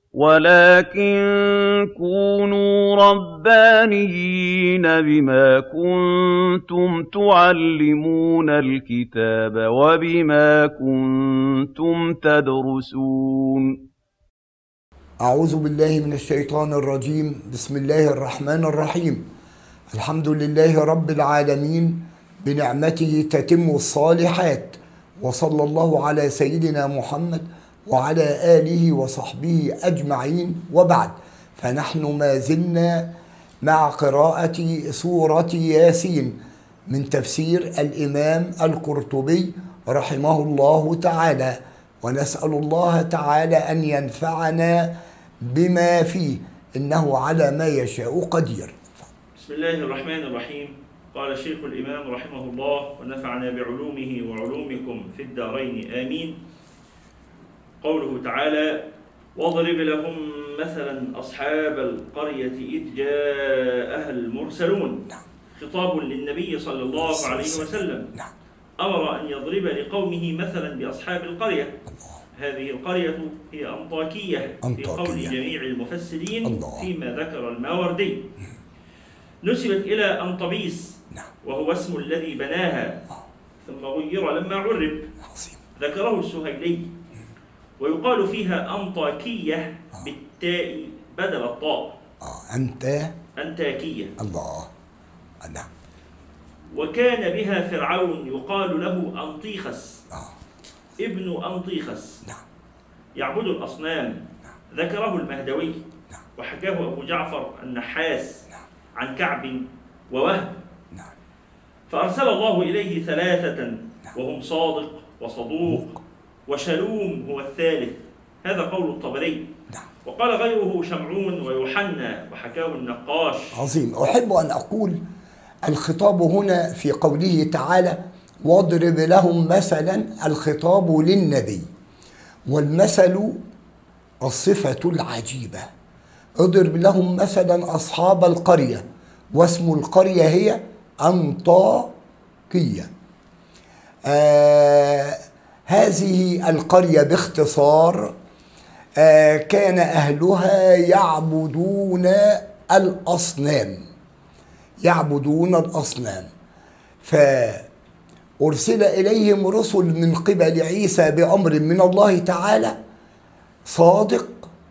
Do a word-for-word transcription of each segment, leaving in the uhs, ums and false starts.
وَلَٰكِن كُونُوا رَبَّانِيِّينَ بِمَا كُنتُمْ تُعَلِّمُونَ الْكِتَابَ وَبِمَا كُنتُمْ تَدْرُسُونَ أعوذ بالله من الشيطان الرجيم. بسم الله الرحمن الرحيم. الحمد لله رب العالمين، بنعمته تتم الصالحات، وصلى الله على سيدنا محمد وعلى آله وصحبه أجمعين، وبعد، فنحن ما زلنا مع قراءة سورة ياسين من تفسير الإمام القرطبي رحمه الله تعالى، ونسأل الله تعالى أن ينفعنا بما فيه، إنه على ما يشاء قدير. بسم الله الرحمن الرحيم. قال الشيخ الإمام رحمه الله ونفعنا بعلومه وعلومكم في الدارين آمين. قوله تعالى: واضرب لهم مثلا أصحاب القرية إذ جاءها المرسلون. خطاب للنبي صلى الله عليه وسلم، أمر أن يضرب لقومه مثلا بأصحاب القرية. هذه القرية هي أنطاكية في قول جميع المفسرين فيما ذكر الماوردي. نسبت إلى أنطبيس وهو اسم الذي بناها، ثم غير لما عرب، ذكره السهيلي. ويقال فيها أنطاكية بالتاء بدل الطاء. أنت أنتاكية. الله. نعم. وكان بها فرعون يقال له أنطيخس ابن أنطيخس، يعبد الأصنام. ذكره المهدوي، وحكاه أبو جعفر النحاس عن كعب ووهب. فأرسل الله إليه ثلاثة وهم صادق وصدوق وشلوم هو الثالث. هذا قول الطبري. وقال غيره شمعون ويوحنا، وحكاه النقاش. عظيم. أحب أن أقول الخطاب هنا في قوله تعالى: واضرب لهم مثلا، الخطاب للنبي، والمثل الصفة العجيبة. اضرب لهم مثلا أصحاب القرية، واسم القرية هي أنطاكية. آه هذه القرية باختصار آه كان أهلها يعبدون الأصنام يعبدون الأصنام فأرسل إليهم رسل من قبل عيسى بأمر من الله تعالى، صادق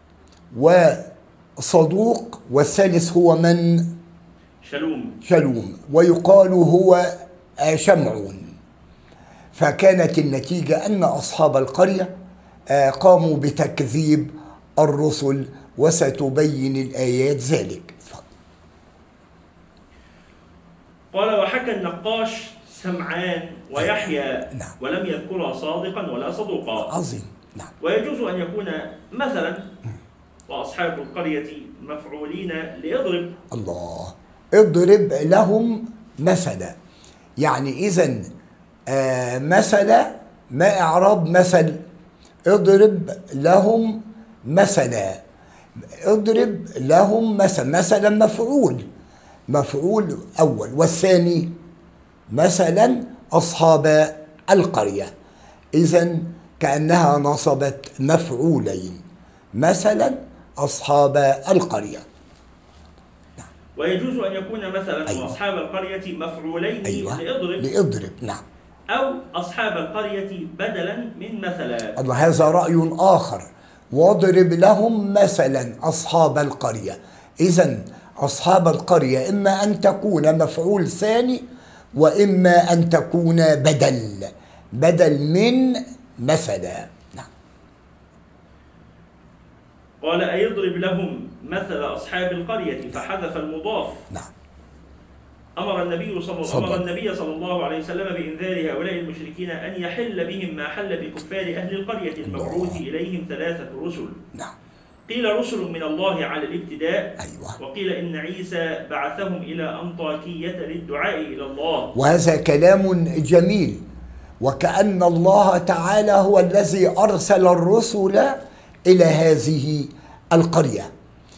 وصدوق، والثالث هو من؟ شلوم. شلوم، ويقال هو شمعون. فكانت النتيجة أن أصحاب القرية قاموا بتكذيب الرسل، وستبين الآيات ذلك. قال: وحكى النقاش سمعان ويحيى، نعم. ولم يذكرها صادقا ولا صدوقا. عظيم. نعم. ويجوز أن يكون مثلا وأصحاب القرية مفعولين لإضرب. الله. اضرب لهم مثلا، يعني إذن آه مثلا، ما إعراب مثل؟ اضرب لهم مثلا. اضرب لهم مثلا، مثلا مفعول مفعول أول، والثاني مثلا أصحاب القرية. إذن كأنها نصبت مفعولين، مثلا أصحاب القرية. ويجوز أن يكون مثلا أيوة. وأصحاب القرية مفعولين أيوة. لإضرب لإضرب. نعم. أو أصحاب القرية بدلا من مثلا. الله. هذا رأي آخر. واضرب لهم مثلا أصحاب القرية. إذن أصحاب القرية إما أن تكون مفعول ثاني، وإما أن تكون بدل بدل من مثلا. نعم. قال: أيضرب لهم مثل أصحاب القرية، فحذف المضاف. نعم. أمر النبي صلى الله أمر النبي صلى الله عليه وسلم بإنذار هؤلاء المشركين أن يحل بهم ما حل بكفار أهل القرية المبعوث إليهم ثلاثة رسل. نعم. قيل رسل من الله على الابتداء. أيوة. وقيل إن عيسى بعثهم إلى أنطاكية للدعاء إلى الله. وهذا كلام جميل، وكأن الله تعالى هو الذي أرسل الرسل إلى هذه القرية.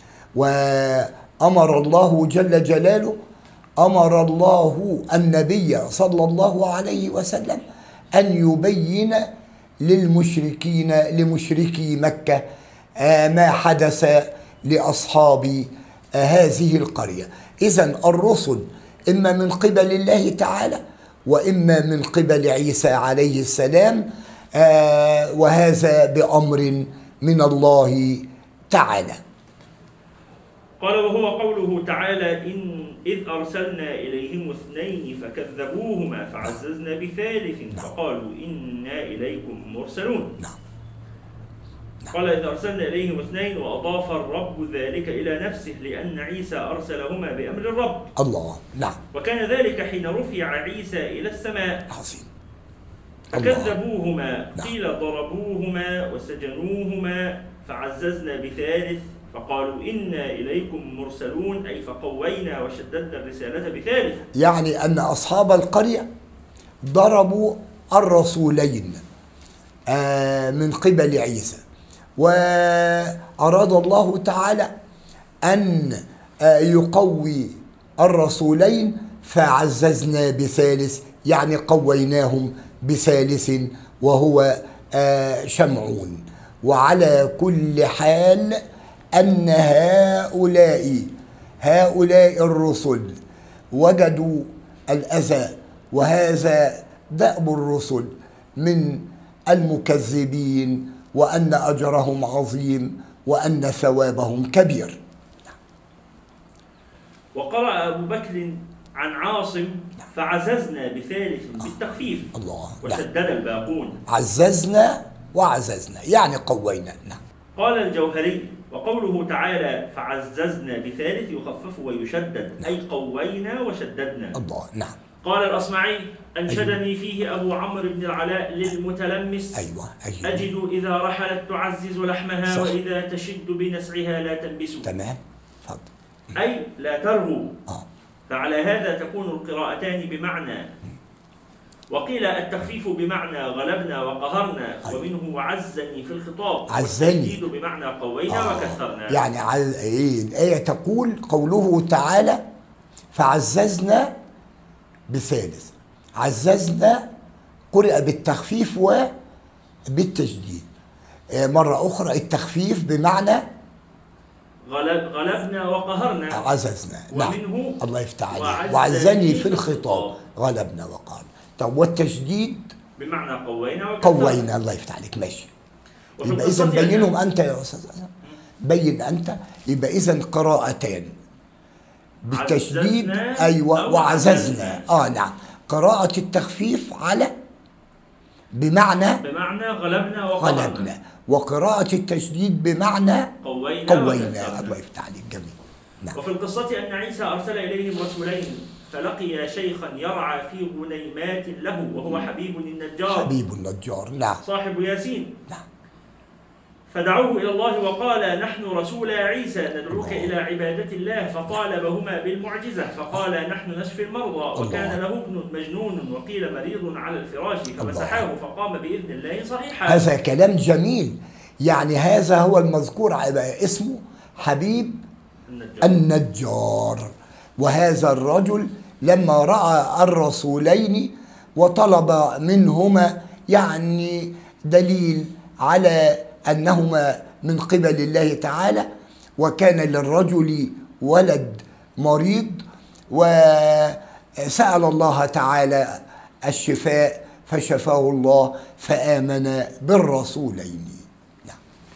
وأمر الله جل جلاله أمر الله النبي صلى الله عليه وسلم أن يبين للمشركين لمشركي مكة ما حدث لأصحاب هذه القرية. إذن الرسل إما من قبل الله تعالى وإما من قبل عيسى عليه السلام، وهذا بأمر من الله تعالى. قال وهو قوله تعالى إن إذ أرسلنا إليهم اثنين فكذبوهما فعززنا بثالث فقالوا إنا إليكم مرسلون. نعم. قال إذ أرسلنا إليهم اثنين وأضاف الرب ذلك إلى نفسه لأن عيسى أرسلهما بأمر الرب. الله. نعم. وكان ذلك حين رفع عيسى إلى السماء. عظيم. فكذبوهما قيل ضربوهما وسجنوهما فعززنا بثالث فقالوا إنا إليكم مرسلون، أي فقوينا وشددنا الرسالة بثالث. يعني أن أصحاب القرية ضربوا الرسولين من قبل عيسى، وأراد الله تعالى أن يقوي الرسولين فعززنا بثالث، يعني قويناهم بثالث وهو شمعون. وعلى كل حال أن هؤلاء هؤلاء الرسل وجدوا الأذى، وهذا دأب الرسل من المكذبين، وأن أجرهم عظيم وأن ثوابهم كبير. وقرأ أبو بكر عن عاصم فعززنا بثالث بالتخفيف الله. وشدد الباقون. عززنا وعززنا يعني قوينا. نعم. قال الجوهري وقوله تعالى فعززنا بثالث يخفف ويشدد، أي قوينا وشددنا. الله. نعم. قال الأصمعي أنشدني فيه أبو عمرو بن العلاء للمتلمس أيوة. أيوة. أجد إذا رحلت تعزز لحمها صح. وإذا تشد بنسعها لا تنبس. تمام. فضل. أي لا ترغو. آه. فعلى هذا تكون القراءتان بمعنى. وقيل التخفيف بمعنى غلبنا وقهرنا، ومنه وعزني في الخطاب، عزني والتشديد بمعنى قوينا آه. وكثرنا. يعني عز... إيه الآية تقول قوله تعالى فعززنا بثالث. عززنا قرئ بالتخفيف وبالتشديد. مرة أخرى التخفيف بمعنى غلب غلبنا وقهرنا. عززنا. نعم. ومنه الله يفتح عليك. وعزني في الخطاب غلبنا وقهرنا. طب والتشديد بمعنى قوينا وكثرنا. قوينا. الله يفتح عليك. ماشي. يبقى إذا بينهم أنت يا أستاذ، بين أنت. يبقى إذا قراءتان بالتشديد. أيوة. وعززنا. آه نعم. قراءة التخفيف على بمعنى بمعنى غلبنا وقهرنا. غلبنا. وقراءة التشديد بمعنى قوينا, قوينا. الله يفتح عليك. جميل. نعم. وفي القصة أن عيسى أرسل إليهم رسولين فلقي شيخا يرعى في غنيمات له وهو حبيب النجار. حبيب النجار. نعم. صاحب ياسين. نعم. فدعوه إلى الله وقال نحن رسول عيسى ندعوك الله. إلى عبادة الله، فطالبهما بالمعجزة فقال نحن نشفي المرضى. وكان له ابن مجنون وقيل مريض على الفراش فمسحاه فقام بإذن الله صحيحا. هذا كلام جميل. يعني هذا هو المذكور اسمه حبيب النجار. النجار. وهذا الرجل لما رأى الرسولين وطلب منهما يعني دليل على أنهما من قبل الله تعالى، وكان للرجل ولد مريض وسأل الله تعالى الشفاء فشفاه الله فآمن بالرسولين. نعم.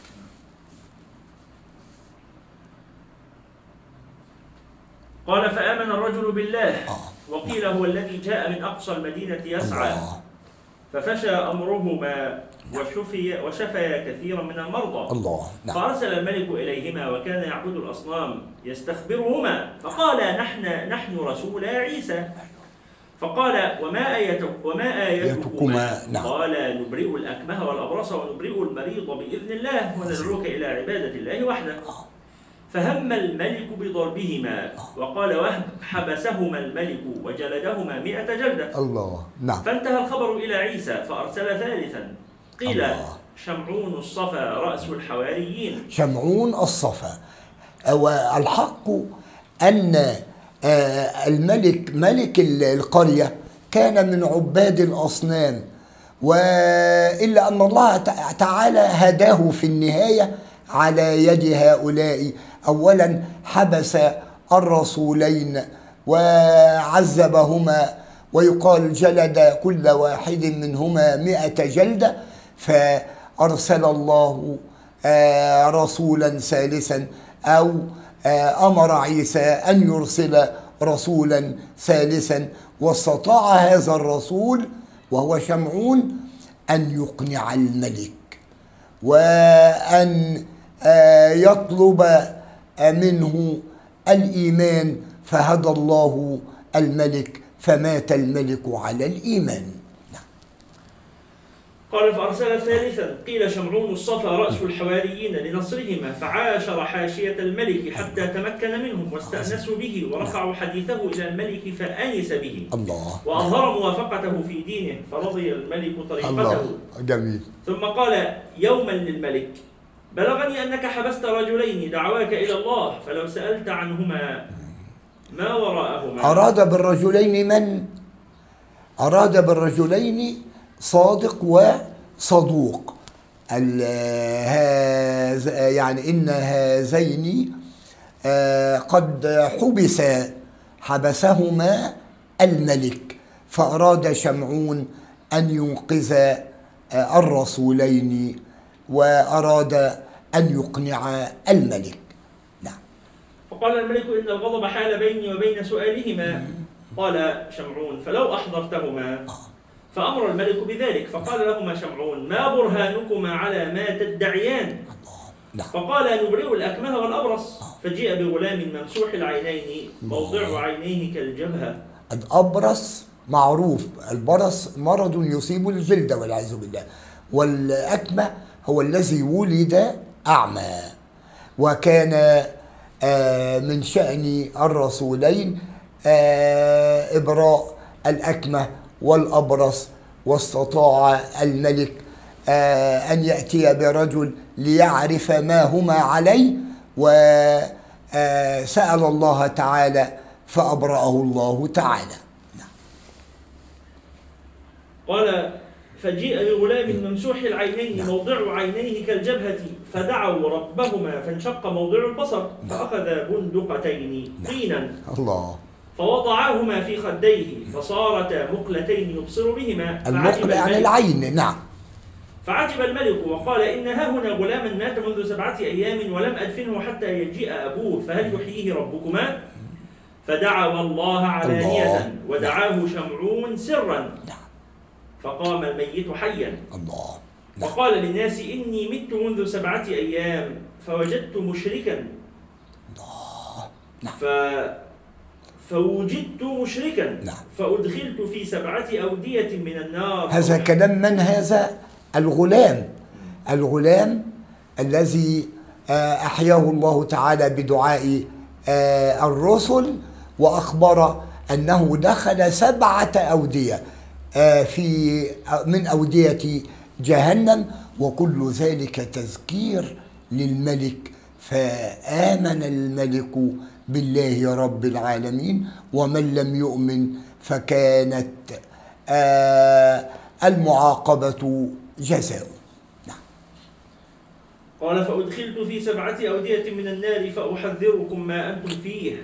قال فآمن الرجل بالله. آه. وقيل هو الذي جاء من أقصى المدينة يسعى. الله. ففشى أمرهما وشفي وشفي كثيرا من المرضى. الله. نعم. فأرسل الملك إليهما وكان يعبد الأصنام يستخبرهما فقال نحن نحن رسول عيسى. فقال وما آيتك وما آيتكما؟ نعم. قال نبرئ الأكمه والأبرص ونبرئ المريض بإذن الله وندعوك إلى عبادة الله وحده. فهم الملك بضربهما. وقال وهب حبسهما الملك وجلدهما مئة جلدة. الله. نعم. فانتهى الخبر إلى عيسى فأرسل ثالثا قيل الله. شمعون الصفا رأس الحواريين. شمعون الصفا. والحق أن الملك ملك القرية كان من عباد الأصنام، وإلا أن الله تعالى هداه في النهاية على يد هؤلاء. أولا حبس الرسولين وعذبهما، ويقال جلد كل واحد منهما مئة جلدة، فأرسل الله رسولا ثالثا، أو أمر عيسى أن يرسل رسولا ثالثا، واستطاع هذا الرسول وهو شمعون أن يقنع الملك وأن يطلب منه الإيمان، فهدى الله الملك فمات الملك على الإيمان. قال فأرسل ثالثا قيل شمعون اصطفى رأس الحواريين لنصرهما، فعاشر حاشية الملك حتى تمكن منهم واستأنسوا به، ورفعوا حديثه إلى الملك فأنس به الله، وأظهر موافقته في دينه، فرضي الملك طريقته. الله جميل. ثم قال يوما للملك بلغني أنك حبست رجلين دعواك إلى الله، فلو سألت عنهما ما وراءهما. أراد بالرجلين من؟ أراد بالرجلين صادق وصدوق. يعني إن هذين قد حبس حبسهما الملك، فأراد شمعون أن ينقذ الرسولين وأراد أن يقنع الملك. نعم. فقال الملك إن الغضب حال بيني وبين سؤالهما. قال شمعون فلو أحضرتهما. فأمر الملك بذلك، فقال لهما شمعون ما برهانكما على ما تدعيان؟ فقال نبرئ الأكمه والأبرص. فجيء بغلام ممسوح العينين موضع عينيه كالجبهة. الأبرص معروف، البرص مرض يصيب الجلد والعياذ بالله، والأكمه هو الذي ولد أعمى. وكان من شأن الرسولين إبراء الأكمه والأبرص، واستطاع الملك أن يأتي برجل ليعرف ما هما عليه، وسأل الله تعالى فأبرأه الله تعالى. قال فجيء بغلام ممسوح العينين موضع عينيه كالجبهة، فدعوا ربهما فانشق موضع البصر، فأخذ بندقتين طينا الله فوضعاهما في خديه، فصارتا مقلتين يبصر بهما. المقلة عن العين. نعم. فعجب الملك وقال إن ها هنا غلاما مات منذ سبعة أيام ولم أدفنه حتى يجيء أبوه، فهل يحييه ربكما؟ فدعا الله علانية ودعاه شمعون سرا، فقام الميت حيا. الله. وقال للناس إني مت منذ سبعة أيام فوجدت مشركا. الله. ف... فوجدت مشركا فأدخلت في سبعة أودية من النار. هذا كلام من هذا؟ الغلام. الغلام الذي أحياه الله تعالى بدعاء الرسل، وأخبر أنه دخل سبعة أودية في من أودية جهنم، وكل ذلك تذكير للملك، فآمن الملك بالله رب العالمين، ومن لم يؤمن فكانت المعاقبة جزاء. نعم. قال فأدخلت في سبعة أودية من النار فأحذركم ما أنتم فيه.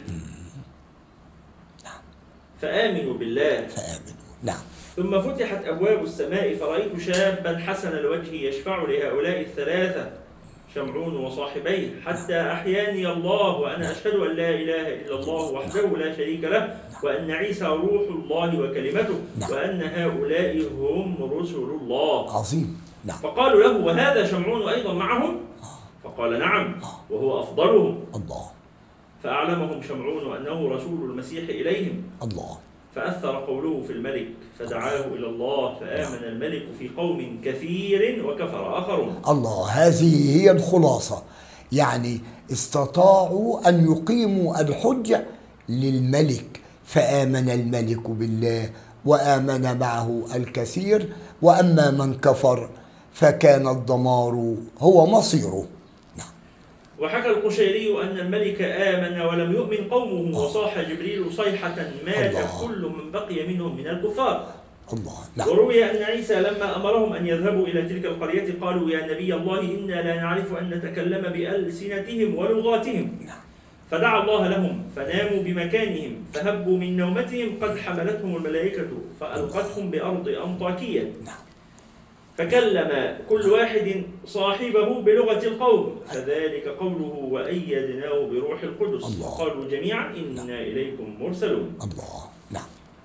نعم. فآمنوا بالله. فآمنوا. نعم. ثم فتحت أبواب السماء فرأيت شابا حسن الوجه يشفع لهؤلاء الثلاثة شمعون وصاحبيه حتى أحياني الله وأنا أشهد أن لا إله إلا الله وحده لا شريك له، وأن عيسى روح الله وكلمته، وأن هؤلاء هم رسل الله. عظيم. نعم. فقالوا له وهذا شمعون أيضا معهم؟ فقال نعم وهو أفضلهم. الله. فأعلمهم شمعون أنه رسول المسيح إليهم. الله. فأثر قوله في الملك فدعاه إلى الله، فآمن الملك في قوم كثير وكفر آخرون. الله. هذه هي الخلاصة، يعني استطاعوا أن يقيموا الحجة للملك، فآمن الملك بالله وآمن معه الكثير، وأما من كفر فكان الدمار هو مصيره. وحكى القشيري أن الملك آمن ولم يؤمن قومه، وصاح جبريل صيحة مات كل من بقي منهم من الكفار. الله. نعم. وروي أن عيسى لما أمرهم أن يذهبوا إلى تلك القرية قالوا يا نبي الله إنا لا نعرف أن نتكلم بألسنتهم ولغاتهم. نعم. فدعا الله لهم فناموا بمكانهم فهبوا من نومتهم قد حملتهم الملائكة فألقتهم بأرض أنطاكية. نعم. فكلم كل واحد صاحبه بلغة القوم فذلك قوله وأيدناه بروح القدس. الله. قالوا جميعا إنا نعم. إليكم مرسلون. الله. نعم.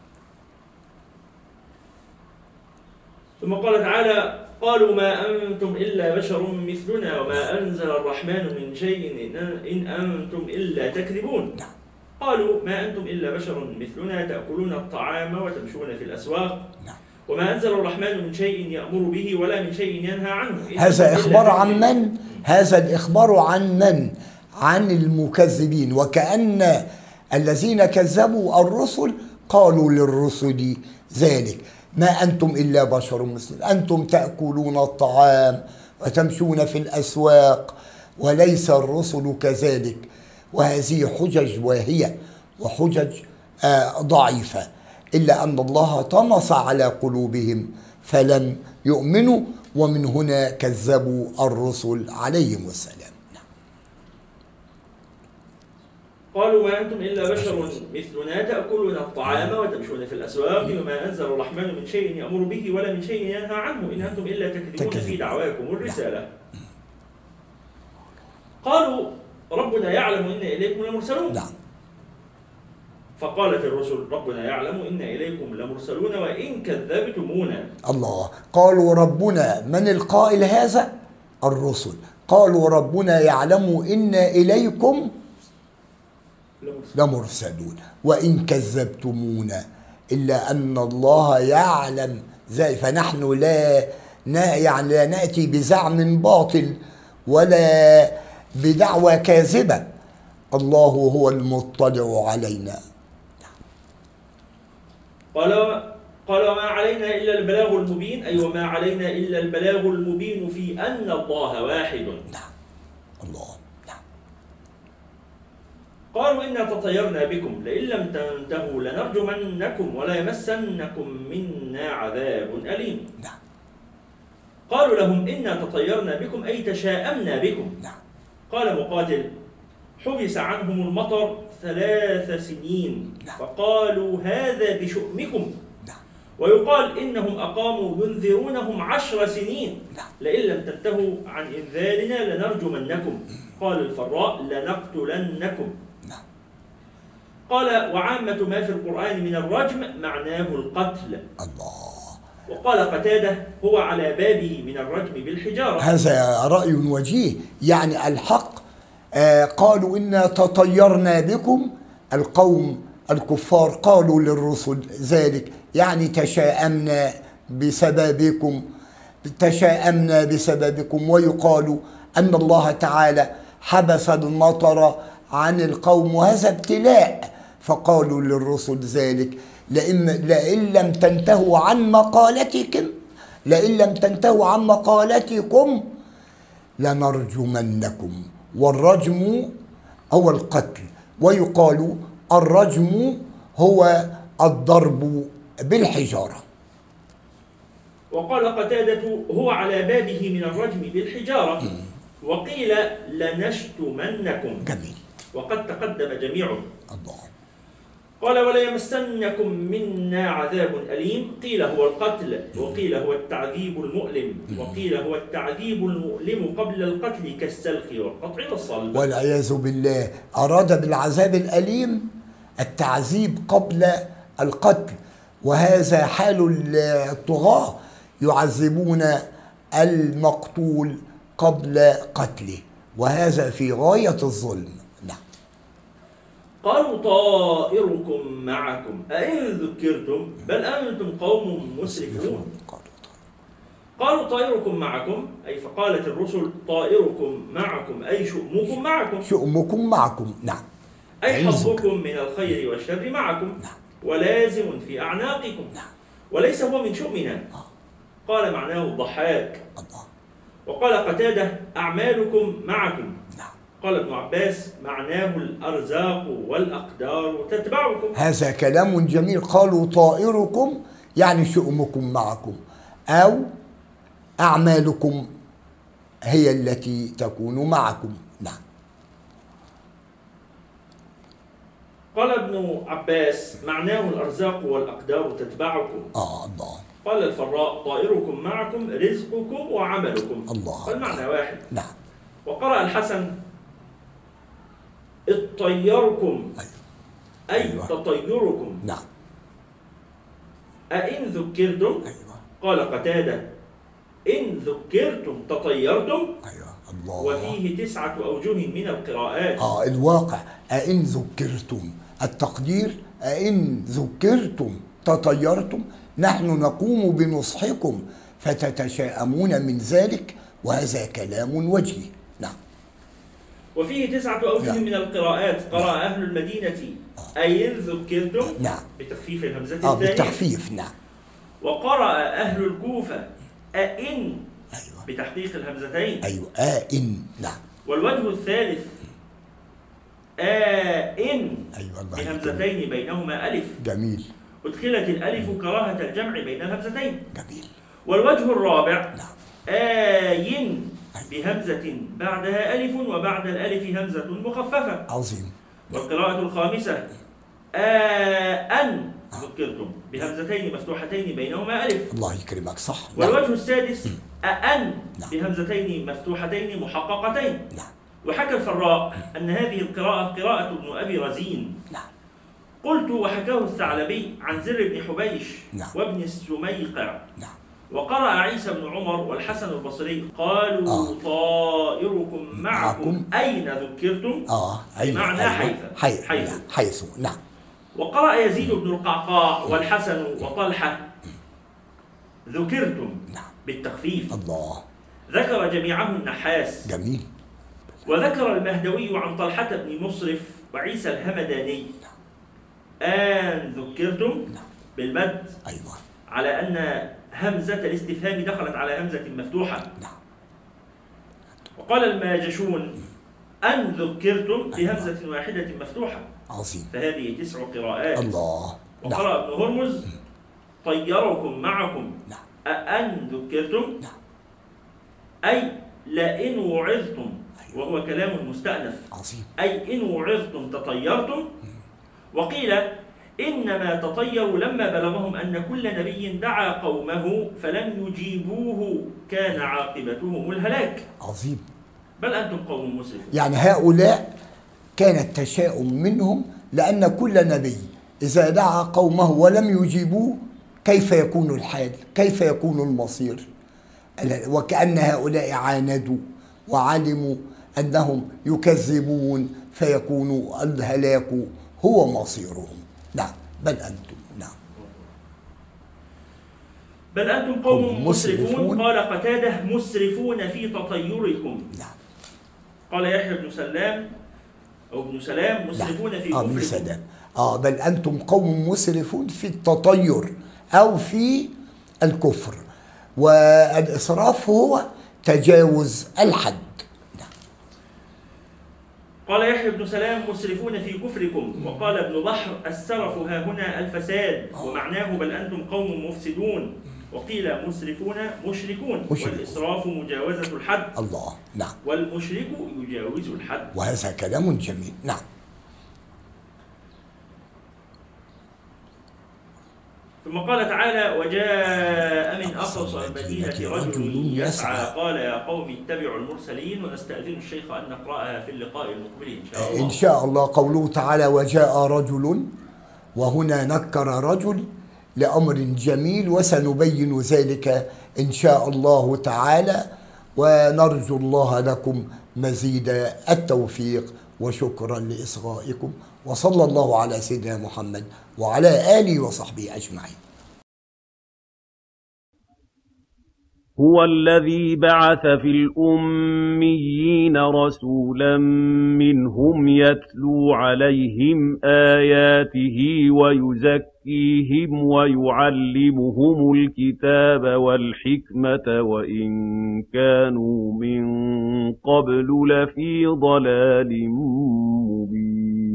ثم قال تعالى قالوا ما أنتم إلا بشر مثلنا وما أنزل الرحمن من شيء إن أنتم إلا تكذبون. نعم. قالوا ما أنتم إلا بشر مثلنا تأكلون الطعام وتمشون في الأسواق. نعم. وما أنزل الرحمن من شيء يأمر به ولا من شيء ينهى عنه. هذا إخبار عن من؟ هذا الإخبار عن من؟ عن المكذبين، وكأن الذين كذبوا الرسل قالوا للرسل ذلك ما أنتم إلا بشر مثل أنتم تأكلون الطعام وتمشون في الأسواق وليس الرسل كذلك. وهذه حجج واهية وحجج آه ضعيفة، إلا أن الله طمس على قلوبهم فلم يؤمنوا، ومن هنا كذبوا الرسل عليهم السلام. قالوا ما أنتم إلا بشر مثلنا تأكلون الطعام وتمشون في الأسواق وما أنزل الرحمن من شيء يأمر به ولا من شيء ينهى عنه إن أنتم إلا تكذبون في دعواكم الرسالة. قالوا ربنا يعلم إن إليكم لمرسلون. نعم. فقالت الرسل ربنا يعلم إن إليكم لمرسلون وإن كذبتمونا. الله. قالوا ربنا، من القائل هذا؟ الرسل. قالوا ربنا يعلم إن إليكم لمرسلون وإن كذبتمونا، إلا أن الله يعلم ذلك. فنحن لا يعني لا نأتي بزعم باطل ولا بدعوى كاذبة، الله هو المطلع علينا. قال قال وما علينا إلا البلاغ المبين، أي وما علينا إلا البلاغ المبين في أن الله واحد. نعم. الله. نعم. قالوا إنا تطيرنا بكم لئن لم تنتهوا لنرجمنكم ولا يمسنكم منا عذاب أليم. نعم. قالوا لهم إنا تطيرنا بكم أي تشاءمنا بكم. نعم. قال مقاتل حبس عنهم المطر ثلاث سنين. نعم. فقالوا هذا بشؤمكم. نعم. ويقال إنهم أقاموا ينذرونهم عشر سنين. نعم. لئن لم تنتهوا عن إنذارنا لنرجمنكم. قال الفراء لنقتلنكم. نعم. قال وعامة ما في القرآن من الرجم معناه القتل. الله. وقال قتادة هو على بابه من الرجم بالحجارة. هذا رأي وجيه، يعني الحق. آه قالوا إنا تطيرنا بكم، القوم الكفار قالوا للرسل ذلك، يعني تشاءمنا بسببكم تشاءمنا بسببكم. ويقال أن الله تعالى حبس المطر عن القوم وهذا ابتلاء، فقالوا للرسل ذلك لئن, لئن لم تنتهوا عن مقالتكم لئن لم تنتهوا عن مقالتكم لنرجمنكم. والرجم هو القتل، ويقال الرجم هو الضرب بالحجارة. وقال قتادة هو على بابه من الرجم بالحجارة. وقيل لنشتمنكم. جميل. وقد تقدم جميعه. الله. قال ولا يمسنكم منا عذاب أليم. قيل هو القتل، وقيل هو التعذيب المؤلم، وقيل هو التعذيب المؤلم قبل القتل كالسلخ والقطع والصلب. والعياذ بالله. أراد بالعذاب الأليم التعذيب قبل القتل، وهذا حال الطغاة، يعذبون المقتول قبل قتله، وهذا في غاية الظلم. نعم. قالوا طائركم معكم أئن ذكرتم بل أنتم قوم مسرفون. قالوا طائركم معكم أي فقالت الرسل طائركم معكم أي شؤمكم معكم. شؤمكم معكم. نعم. أي حظكم من الخير والشر معكم. نعم. ولازم في أعناقكم. نعم. وليس هو من شؤمنا. قال معناه الضحاك. الله. وقال قتادة أعمالكم معكم. نعم. قال ابن عباس معناه الأرزاق والأقدار تتبعكم. هذا كلام جميل. قالوا طائركم يعني شؤمكم معكم أو أعمالكم هي التي تكون معكم. نعم. قال ابن عباس معناه الأرزاق والأقدار تتبعكم. آه الله. قال الفراء طائركم معكم رزقكم وعملكم. الله. فالمعنى واحد. نعم. وقرأ الحسن اطيركم أي أيوة. تطيركم. نعم. أئن ذكرتم. أيوة. قال قتادة إن ذكرتم تطيرتم. أيوة. الله. وفيه تسعة أوجه من القراءات. آه الواقع أئن ذكرتم، التقدير أئن ذكرتم تطيرتم، نحن نقوم بنصحكم فتتشاءمون من ذلك، وهذا كلام وجهي. نعم. وفيه تسعة أوجه نعم. من القراءات. قرأ نعم. أهل المدينة أئن ذكرتم. نعم. بتخفيف الهمزة آه الثانية. بالتخفيف. نعم. وقرأ أهل الكوفة أئن. أيوة. بتحقيق الهمزتين. أيوة. آئن. نعم. والوجه الثالث آئن. أيوة. الله بهمزتين بينهما ألف. جميل. أدخلت الألف كراهة الجمع بين الهمزتين. جميل. والوجه الرابع نعم. آين بهمزة بعدها ألف وبعد الألف همزة مخففة. عظيم. والقراءة الخامسة آن ذكرتم بهمزتين مفتوحتين بينهما ألف. الله يكرمك. صح. والوجه السادس أن نعم. بهمزتين مفتوحتين محققتين. نعم. وحكى الفراء أن هذه القراءة قراءة ابن أبي رزين. نعم. قلت وحكاه الثعلبي عن زر بن حبيش. نعم. وابن السميقع. نعم. وقرأ عيسى بن عمر والحسن البصري قالوا آه. طائركم معكم, معكم. أين ذكرتم. آه أيوة. بمعنى أيوة. حيث. حيث. حيث. نعم. حيث. نعم. وقرأ يزيد بن القعقاع والحسن وطلحة ذكرتم. نعم. بالتخفيف. الله. ذكر جميعه النحاس. جميل. وذكر المهدوي عن طلحة بن مصرف وعيسى الهمداني آن ذكرتم. نعم. بالمد. أيوة. على أن همزة الاستفهام دخلت على همزة مفتوحة. نعم. وقال الماجشون أن ذكرتم بهمزة واحدة مفتوحة. عظيم. فهذه تسع قراءات. الله. وقرأ ابن هرمز طيركم معكم. نعم. أأن ذكرتم. نعم. أي لئن وعظتم. وهو كلام مستأنف. عظيم. أي إن وعظتم تطيرتم. وقيل إنما تطيروا لما بلغهم أن كل نبي دعا قومه فلم يجيبوه كان عاقبتهم الهلاك. عظيم. بل أنتم قوم مسرفون. يعني هؤلاء كان التشاؤم منهم، لأن كل نبي إذا دعا قومه ولم يجيبوه كيف يكون الحال؟ كيف يكون المصير؟ وكأن هؤلاء عاندوا وعلموا أنهم يكذبون فيكون الهلاك هو مصيرهم. نعم. بل أنتم. نعم. بل أنتم قوم مسرفون. مسرفون. قال قتادة مسرفون في تطيركم. نعم. قال يحيى بن سلام أو ابن سلام مسرفون في آه من كفركم. سلام. آه بل أنتم قوم مسرفون في التطير أو في الكفر، والإسراف هو تجاوز الحد. قال يحيى بن سلام مسرفون في كفركم. وقال ابن بحر السرف ها هنا الفساد، ومعناه بل أنتم قوم مفسدون. وقيل مسرفون مشركون، مشرك. والإسراف مجاوزة الحد. الله. نعم. والمشرك يجاوز الحد. وهذا كلام جميل. نعم. ثم قال تعالى وجاء من أقصى المدينة رجل يسعى قال يا قوم اتبعوا المرسلين. ونستأذن الشيخ أن نقرأها في اللقاء المقبل إن شاء الله. إن شاء الله. قوله تعالى وجاء رجل، وهنا نكر رجل لأمر جميل، وسنبين ذلك إن شاء الله تعالى، ونرجو الله لكم مزيد التوفيق، وشكرا لإصغائكم، وصلى الله على سيدنا محمد وعلى آله وصحبه أجمعين. هو الذي بعث في الأميين رسولا منهم يتلو عليهم آياته ويزكيهم ويعلمهم الكتاب والحكمة وإن كانوا من قبل لفي ضلال مبين.